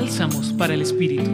Bálsamos para el Espíritu.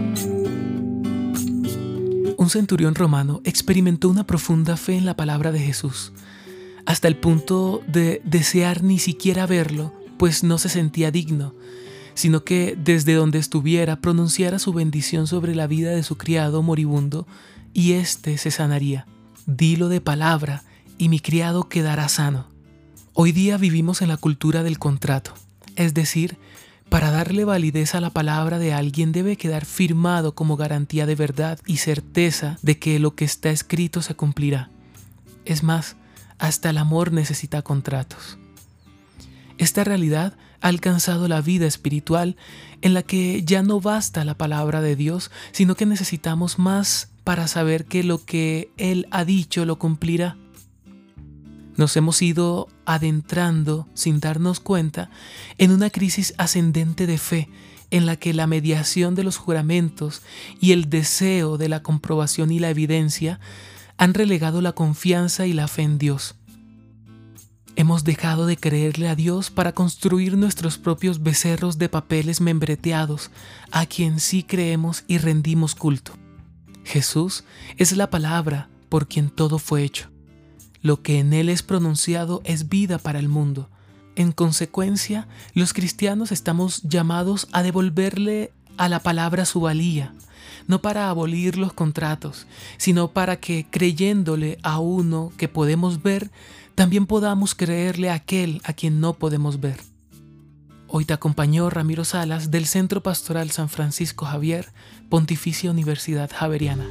Un centurión romano experimentó una profunda fe en la palabra de Jesús, hasta el punto de desear ni siquiera verlo, pues no se sentía digno, sino que desde donde estuviera pronunciara su bendición sobre la vida de su criado moribundo, y éste se sanaría. Dilo de palabra, y mi criado quedará sano. Hoy día vivimos en la cultura del contrato, es decir, para darle validez a la palabra de alguien debe quedar firmado como garantía de verdad y certeza de que lo que está escrito se cumplirá. Es más, hasta el amor necesita contratos. Esta realidad ha alcanzado la vida espiritual en la que ya no basta la palabra de Dios, sino que necesitamos más para saber que lo que Él ha dicho lo cumplirá. Nos hemos ido adentrando, sin darnos cuenta, en una crisis ascendente de fe en la que la mediación de los juramentos y el deseo de la comprobación y la evidencia han relegado la confianza y la fe en Dios. Hemos dejado de creerle a Dios para construir nuestros propios becerros de papeles membreteados, a quien sí creemos y rendimos culto. Jesús es la palabra por quien todo fue hecho. Lo que en Él es pronunciado es vida para el mundo. En consecuencia, los cristianos estamos llamados a devolverle a la palabra su valía, no para abolir los contratos, sino para que, creyéndole a uno que podemos ver, también podamos creerle a aquel a quien no podemos ver. Hoy te acompañó Ramiro Salas del Centro Pastoral San Francisco Javier, Pontificia Universidad Javeriana.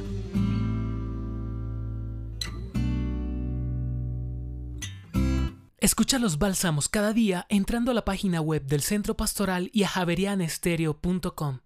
Escucha los bálsamos cada día entrando a la página web del Centro Pastoral y a javerianestereo.com.